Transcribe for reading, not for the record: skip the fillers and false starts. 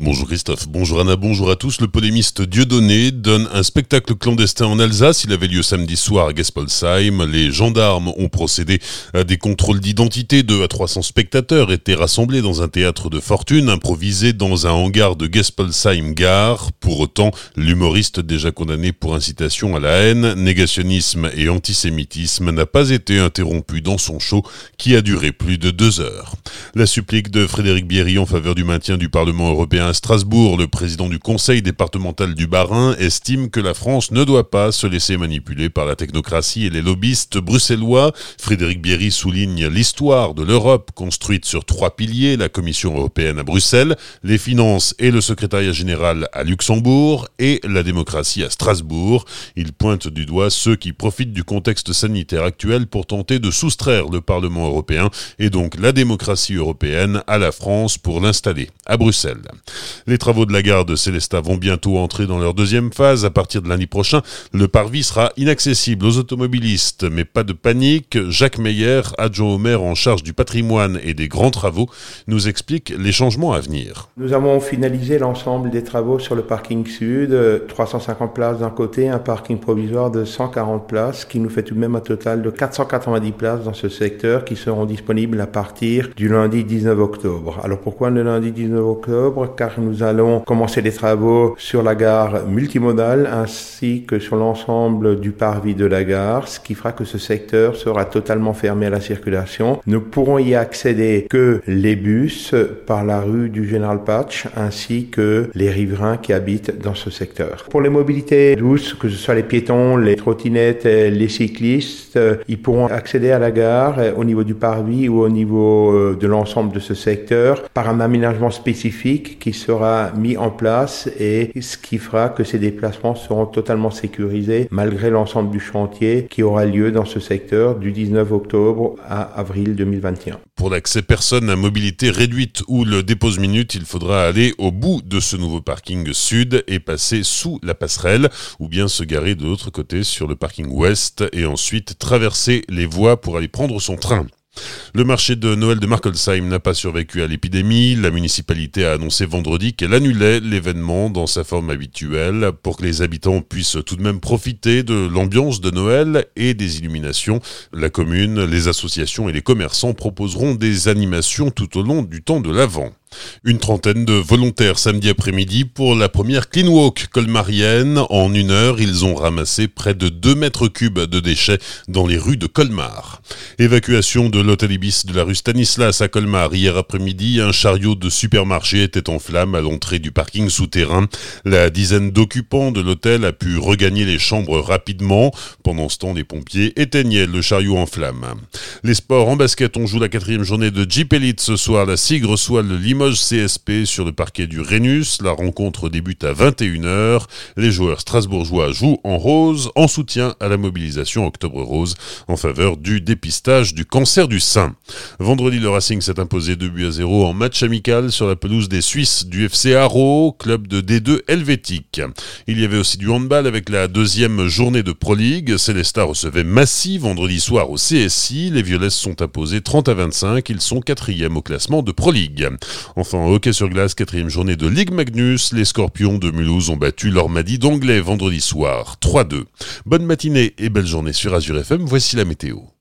Bonjour Christophe, bonjour Anna, bonjour à tous. Le polémiste Dieudonné donne un spectacle clandestin en Alsace. Il avait lieu samedi soir à Gespolsheim. Les gendarmes ont procédé à des contrôles d'identité. 200 à 300 spectateurs étaient rassemblés dans un théâtre de fortune improvisé dans un hangar de Gespolsheim Gare. Pour autant, l'humoriste déjà condamné pour incitation à la haine, négationnisme et antisémitisme n'a pas été interrompu dans son show qui a duré plus de 2 heures. La supplique de Frédéric Bierry en faveur du maintien du Parlement européen à Strasbourg, le président du conseil départemental du Bas-Rhin estime que la France ne doit pas se laisser manipuler par la technocratie et les lobbyistes bruxellois. Frédéric Bierry souligne l'histoire de l'Europe construite sur 3 piliers, la Commission européenne à Bruxelles, les finances et le secrétariat général à Luxembourg et la démocratie à Strasbourg. Il pointe du doigt ceux qui profitent du contexte sanitaire actuel pour tenter de soustraire le Parlement européen et donc la démocratie européenne à la France pour l'installer à Bruxelles. Les travaux de la gare de Sélestat vont bientôt entrer dans leur deuxième phase. À partir de lundi prochain, le parvis sera inaccessible aux automobilistes. Mais pas de panique. Jacques Meyer, adjoint au maire en charge du patrimoine et des grands travaux, nous explique les changements à venir. Nous avons finalisé l'ensemble des travaux sur le parking sud, 350 places d'un côté, un parking provisoire de 140 places, qui nous fait tout de même un total de 490 places dans ce secteur qui seront disponibles à partir du lundi 19 octobre. Alors pourquoi le lundi 19 octobre ? Car nous allons commencer les travaux sur la gare multimodale ainsi que sur l'ensemble du parvis de la gare, ce qui fera que ce secteur sera totalement fermé à la circulation. Ne pourront y accéder que les bus par la rue du Général Patch ainsi que les riverains qui habitent dans ce secteur. Pour les mobilités douces, que ce soit les piétons, les trottinettes, les cyclistes, ils pourront accéder à la gare au niveau du parvis ou au niveau de l'ensemble de ce secteur par un aménagement spécifique qui sera mis en place et ce qui fera que ces déplacements seront totalement sécurisés malgré l'ensemble du chantier qui aura lieu dans ce secteur du 19 octobre à avril 2021. Pour l'accès personne à mobilité réduite ou le dépose-minute, il faudra aller au bout de ce nouveau parking sud et passer sous la passerelle ou bien se garer de l'autre côté sur le parking ouest et ensuite traverser les voies pour aller prendre son train. Le marché de Noël de Markolsheim n'a pas survécu à l'épidémie. La municipalité a annoncé vendredi qu'elle annulait l'événement dans sa forme habituelle pour que les habitants puissent tout de même profiter de l'ambiance de Noël et des illuminations. La commune, les associations et les commerçants proposeront des animations tout au long du temps de l'Avent. Une trentaine de volontaires samedi après-midi pour la première Clean Walk colmarienne. En 1 heure, ils ont ramassé près de 2 mètres cubes de déchets dans les rues de Colmar. Évacuation de l'hôtel Ibis de la rue Stanislas à Colmar. Hier après-midi, un chariot de supermarché était en flammes à l'entrée du parking souterrain. La dizaine d'occupants de l'hôtel a pu regagner les chambres rapidement. Pendant ce temps, les pompiers éteignaient le chariot en flammes. Les sports en basket, on joue la 4e journée de Jeep Elite ce soir. La SIG reçoit le Limoges CSP sur le parquet du Rhenus. La rencontre débute à 21h. Les joueurs strasbourgeois jouent en rose en soutien à la mobilisation Octobre Rose en faveur du dépistage du cancer du sein. Vendredi, le Racing s'est imposé 2-0 en match amical sur la pelouse des Suisses du FC Haro, club de D2 helvétique. Il y avait aussi du handball avec la 2e journée de Pro League. Sélestat recevait Massy vendredi soir au CSI. Les Violets sont imposés 30-25. Ils sont 4e au classement de Pro League. Enfin, en hockey sur glace, 4e journée de Ligue Magnus, les Scorpions de Mulhouse ont battu l'Ormadi d'Anglais vendredi soir, 3-2. Bonne matinée et belle journée sur Azure FM, voici la météo.